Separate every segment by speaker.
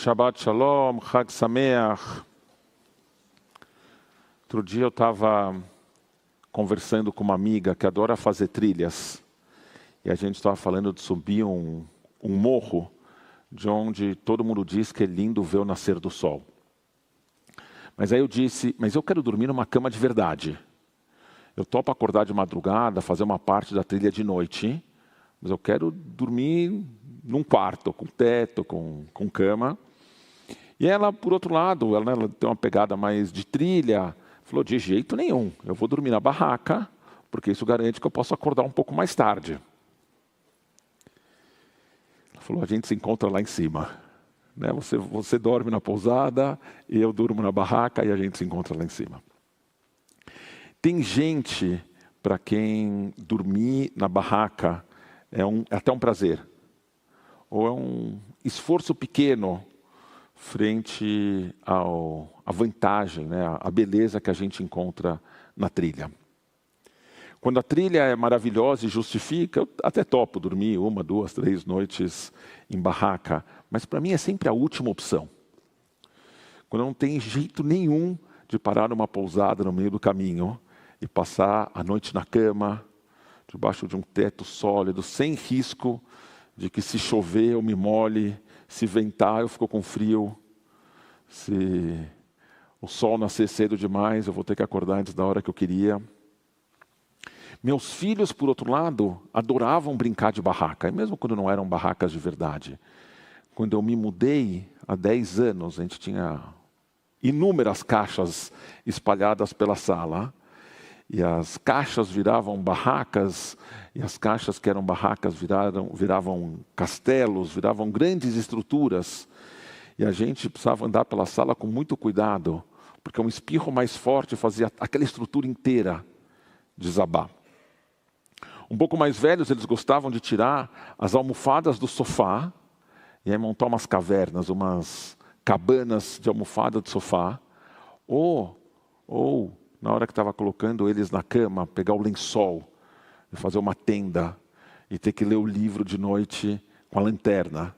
Speaker 1: Shabbat Shalom, Chag Sameach. Outro dia eu estava conversando com uma amiga que adora fazer trilhas. E a gente estava falando de subir um morro, de onde todo mundo diz que é lindo ver o nascer do sol. Mas aí eu disse, mas eu quero dormir numa cama de verdade. Eu topo acordar de madrugada, fazer uma parte da trilha de noite, mas eu quero dormir num quarto, com teto, com cama. E ela, por outro lado, ela tem uma pegada mais de trilha, falou, de jeito nenhum, eu vou dormir na barraca, porque isso garante que eu posso acordar um pouco mais tarde. Ela falou, a gente se encontra lá em cima. Né? Você dorme na pousada, e eu durmo na barraca, e a gente se encontra lá em cima. Tem gente para quem dormir na barraca é até um prazer, ou é um esforço pequeno frente à vantagem, né, à beleza que a gente encontra na trilha. Quando a trilha é maravilhosa e justifica, eu até topo dormir 1, 2, 3 noites em barraca, mas para mim é sempre a última opção. Quando não tem jeito nenhum de parar numa pousada no meio do caminho e passar a noite na cama, debaixo de um teto sólido, sem risco de que se chover eu me molhe, se ventar eu fico com frio, se o sol nascer cedo demais eu vou ter que acordar antes da hora que eu queria. Meus filhos, por outro lado, adoravam brincar de barraca, e mesmo quando não eram barracas de verdade. Quando eu me mudei, há 10 anos, a gente tinha inúmeras caixas espalhadas pela sala, e as caixas viravam barracas, e as caixas que eram barracas viravam castelos, viravam grandes estruturas. E a gente precisava andar pela sala com muito cuidado, porque um espirro mais forte fazia aquela estrutura inteira desabar. Um pouco mais velhos, eles gostavam de tirar as almofadas do sofá, e aí montar umas cavernas, umas cabanas de almofada de sofá, ou na hora que estava colocando eles na cama, pegar o lençol e fazer uma tenda e ter que ler o livro de noite com a lanterna.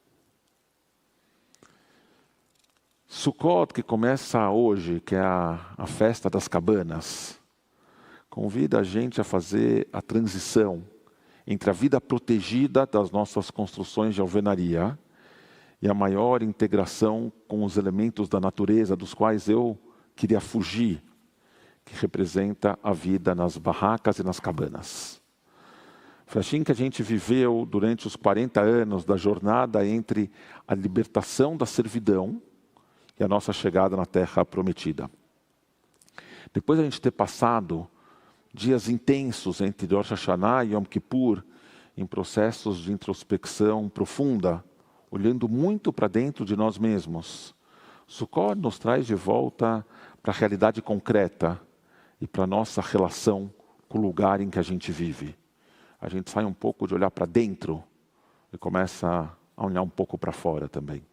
Speaker 1: Sukkot, que começa hoje, que é a festa das cabanas, convida a gente a fazer a transição entre a vida protegida das nossas construções de alvenaria e a maior integração com os elementos da natureza, dos quais eu queria fugir, que representa a vida nas barracas e nas cabanas. Foi assim que a gente viveu durante os 40 anos da jornada entre a libertação da servidão e a nossa chegada na Terra Prometida. Depois de a gente ter passado dias intensos entre Rosh Hashanah e Yom Kippur, em processos de introspecção profunda, olhando muito para dentro de nós mesmos, Sukkot nos traz de volta para a realidade concreta e para a nossa relação com o lugar em que a gente vive. A gente sai um pouco de olhar para dentro e começa a olhar um pouco para fora também.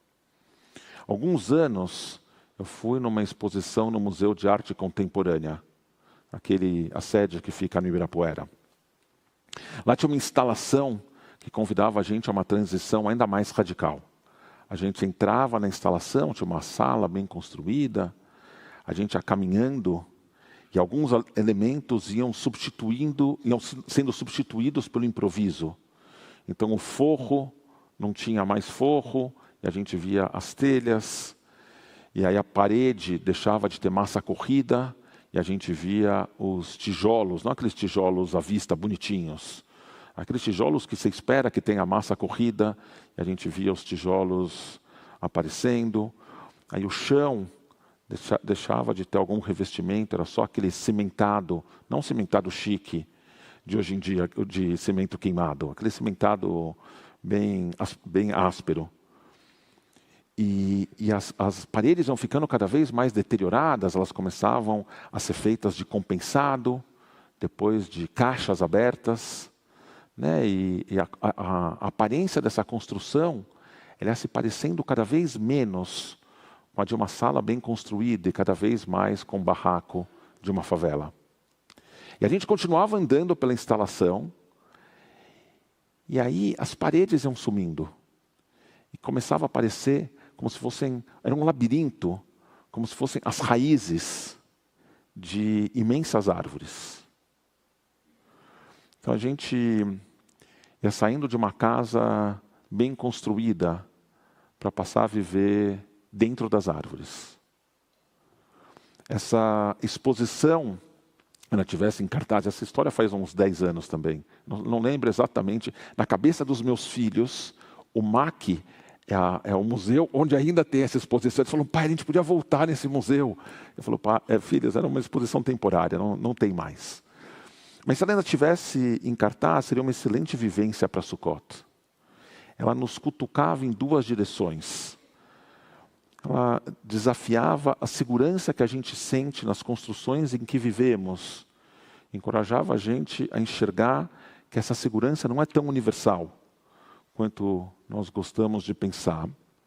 Speaker 1: Alguns anos eu fui numa exposição no Museu de Arte Contemporânea, a sede que fica no Ibirapuera. Lá tinha uma instalação que convidava a gente a uma transição ainda mais radical. A gente entrava na instalação, tinha uma sala bem construída, a gente ia caminhando, e alguns elementos iam sendo substituídos pelo improviso. Então o forro não tinha mais forro, e a gente via as telhas, e aí a parede deixava de ter massa corrida, e a gente via os tijolos, não aqueles tijolos à vista bonitinhos, aqueles tijolos que você espera que tenha massa corrida, e a gente via os tijolos aparecendo. Aí o chão deixava de ter algum revestimento, era só aquele cimentado, não cimentado chique de hoje em dia, de cimento queimado, aquele cimentado bem áspero. E as paredes vão ficando cada vez mais deterioradas, elas começavam a ser feitas de compensado, depois de caixas abertas, né? E a aparência dessa construção, ela ia se parecendo cada vez menos com a de uma sala bem construída e cada vez mais com o barraco de uma favela. E a gente continuava andando pela instalação, e aí as paredes iam sumindo. E começava a aparecer como se fossem, era um labirinto, como se fossem as raízes de imensas árvores. Então a gente ia saindo de uma casa bem construída para passar a viver dentro das árvores. Essa exposição, ela tivesse em cartaz, essa história faz uns 10 anos também. Não lembro exatamente, na cabeça dos meus filhos, o MAC é o museu onde ainda tem essa exposição. Eles falam, pai, a gente podia voltar nesse museu. Eu falo, filhos, era uma exposição temporária, não tem mais. Mas se ela ainda estivesse em cartaz, seria uma excelente vivência para Sukkot. Ela nos cutucava em duas direções. Ela desafiava a segurança que a gente sente nas construções em que vivemos. Encorajava a gente a enxergar que essa segurança não é tão universal quanto nós gostamos de pensar.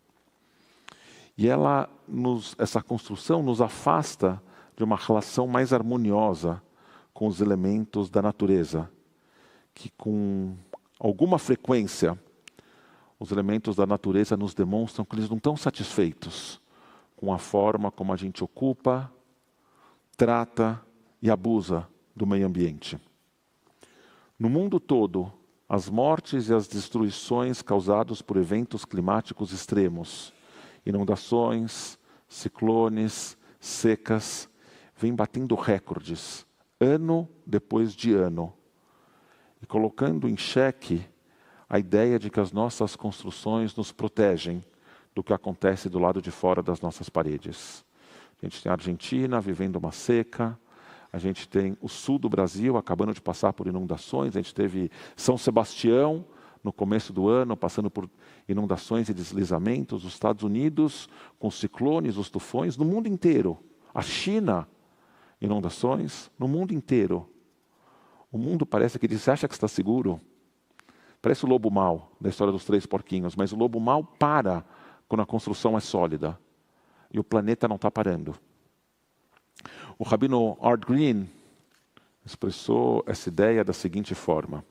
Speaker 1: E essa construção nos afasta de uma relação mais harmoniosa com os elementos da natureza, que com alguma frequência os elementos da natureza nos demonstram que eles não estão satisfeitos com a forma como a gente ocupa, trata e abusa do meio ambiente. No mundo todo, as mortes e as destruições causadas por eventos climáticos extremos, inundações, ciclones, secas, vêm batendo recordes, ano depois de ano, e colocando em xeque a ideia de que as nossas construções nos protegem do que acontece do lado de fora das nossas paredes. A gente tem a Argentina vivendo uma seca, a gente tem o sul do Brasil acabando de passar por inundações, a gente teve São Sebastião no começo do ano passando por inundações e deslizamentos, os Estados Unidos com os ciclones, os tufões, no mundo inteiro. A China, inundações, no mundo inteiro. O mundo parece que diz, você acha que está seguro? Parece o lobo mau, da história dos 3 porquinhos, mas o lobo mau para quando a construção é sólida. E o planeta não está parando. O rabino Art Green expressou essa ideia da seguinte forma.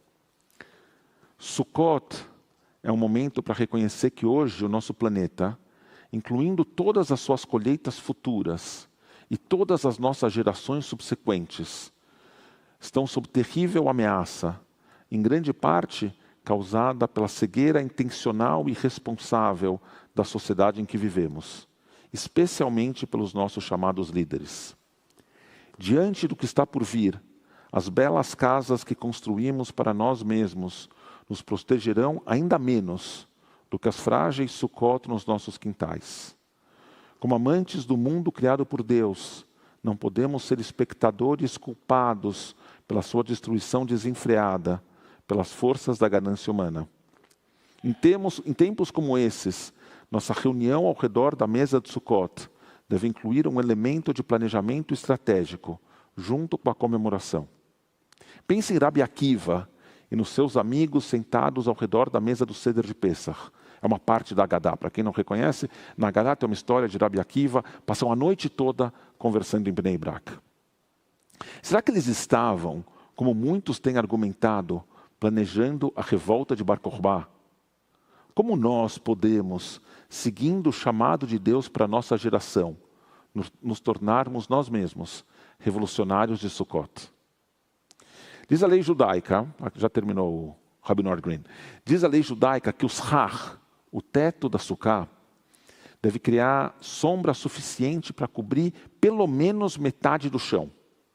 Speaker 1: Sukkot é um momento para reconhecer que hoje o nosso planeta, incluindo todas as suas colheitas futuras e todas as nossas gerações subsequentes, estão sob terrível ameaça, em grande parte causada pela cegueira intencional e irresponsável da sociedade em que vivemos, especialmente pelos nossos chamados líderes. Diante do que está por vir, as belas casas que construímos para nós mesmos nos protegerão ainda menos do que as frágeis Sukkot nos nossos quintais. Como amantes do mundo criado por Deus, não podemos ser espectadores culpados pela sua destruição desenfreada, pelas forças da ganância humana. Em tempos como esses, nossa reunião ao redor da mesa de Sukkot deve incluir um elemento de planejamento estratégico, junto com a comemoração. Pense em Rabi Akiva e nos seus amigos sentados ao redor da mesa do Seder de Pesach. É uma parte da Agadá. Para quem não reconhece, na Agadá tem uma história de Rabi Akiva, passam a noite toda conversando em Bnei Brak. Será que eles estavam, como muitos têm argumentado, planejando a revolta de Bar Kokhba? Como nós podemos, seguindo o chamado de Deus para a nossa geração, nos tornarmos nós mesmos revolucionários de Sukkot? Diz a lei judaica, já terminou o Rabino Art Green, diz a lei judaica que o shach, o teto da Sukkah, deve criar sombra suficiente para cobrir pelo menos metade do chão.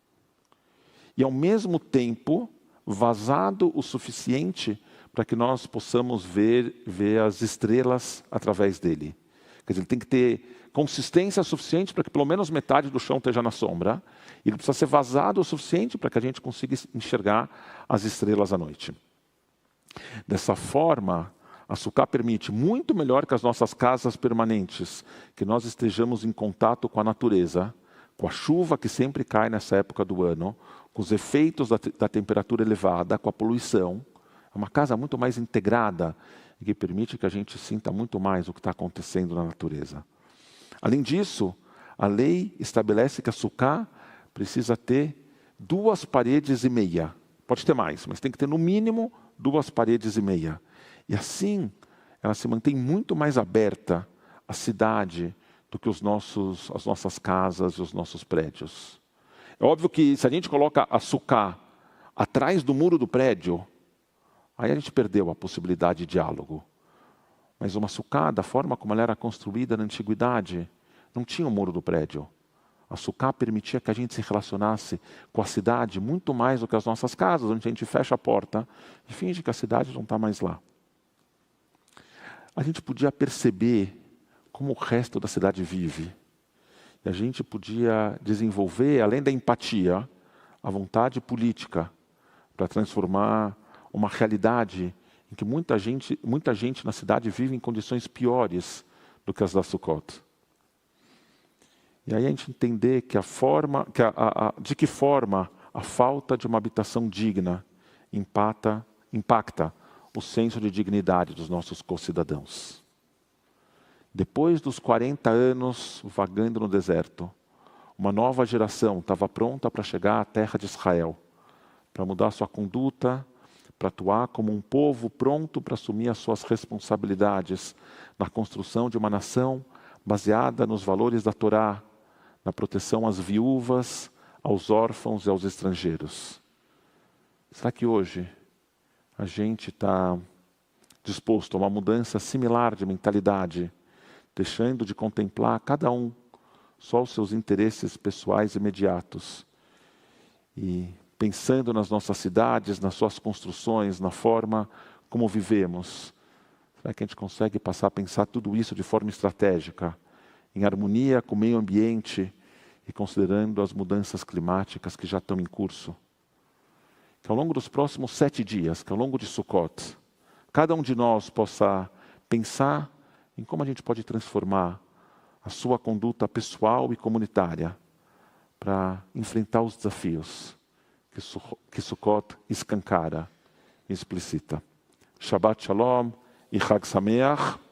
Speaker 1: E ao mesmo tempo, vazado o suficiente para que nós possamos ver as estrelas através dele. Quer dizer, ele tem que ter consistência suficiente para que pelo menos metade do chão esteja na sombra. E ele precisa ser vazado o suficiente para que a gente consiga enxergar as estrelas à noite. Dessa forma, a Sukkah permite, muito melhor que as nossas casas permanentes, que nós estejamos em contato com a natureza, com a chuva que sempre cai nessa época do ano, com os efeitos da temperatura elevada, com a poluição. É uma casa muito mais integrada e que permite que a gente sinta muito mais o que está acontecendo na natureza. Além disso, a lei estabelece que a Sukkah precisa ter 2 paredes e meia. Pode ter mais, mas tem que ter no mínimo 2 paredes e meia. E assim, ela se mantém muito mais aberta a cidade do que as nossas casas e os nossos prédios. É óbvio que se a gente coloca a sucá atrás do muro do prédio, aí a gente perdeu a possibilidade de diálogo. Mas uma sucá, da forma como ela era construída na antiguidade, não tinha o muro do prédio. A sucá permitia que a gente se relacionasse com a cidade muito mais do que as nossas casas, onde a gente fecha a porta e finge que a cidade não está mais lá. A gente podia perceber como o resto da cidade vive. E a gente podia desenvolver, além da empatia, a vontade política para transformar uma realidade em que muita gente na cidade vive em condições piores do que as da Sukkot. E aí a gente entender que de que forma a falta de uma habitação digna impacta o senso de dignidade dos nossos concidadãos. Depois dos 40 anos vagando no deserto, uma nova geração estava pronta para chegar à terra de Israel, para mudar sua conduta, para atuar como um povo pronto para assumir as suas responsabilidades na construção de uma nação baseada nos valores da Torá, na proteção às viúvas, aos órfãos e aos estrangeiros. Será que hoje a gente está disposto a uma mudança similar de mentalidade, deixando de contemplar cada um só os seus interesses pessoais imediatos e pensando nas nossas cidades, nas suas construções, na forma como vivemos? Será que a gente consegue passar a pensar tudo isso de forma estratégica, em harmonia com o meio ambiente e considerando as mudanças climáticas que já estão em curso? Que ao longo dos próximos 7 dias, que ao longo de Sukkot, cada um de nós possa pensar em como a gente pode transformar a sua conduta pessoal e comunitária para enfrentar os desafios que Sukkot escancara e explicita. Shabbat Shalom e Chag Sameach.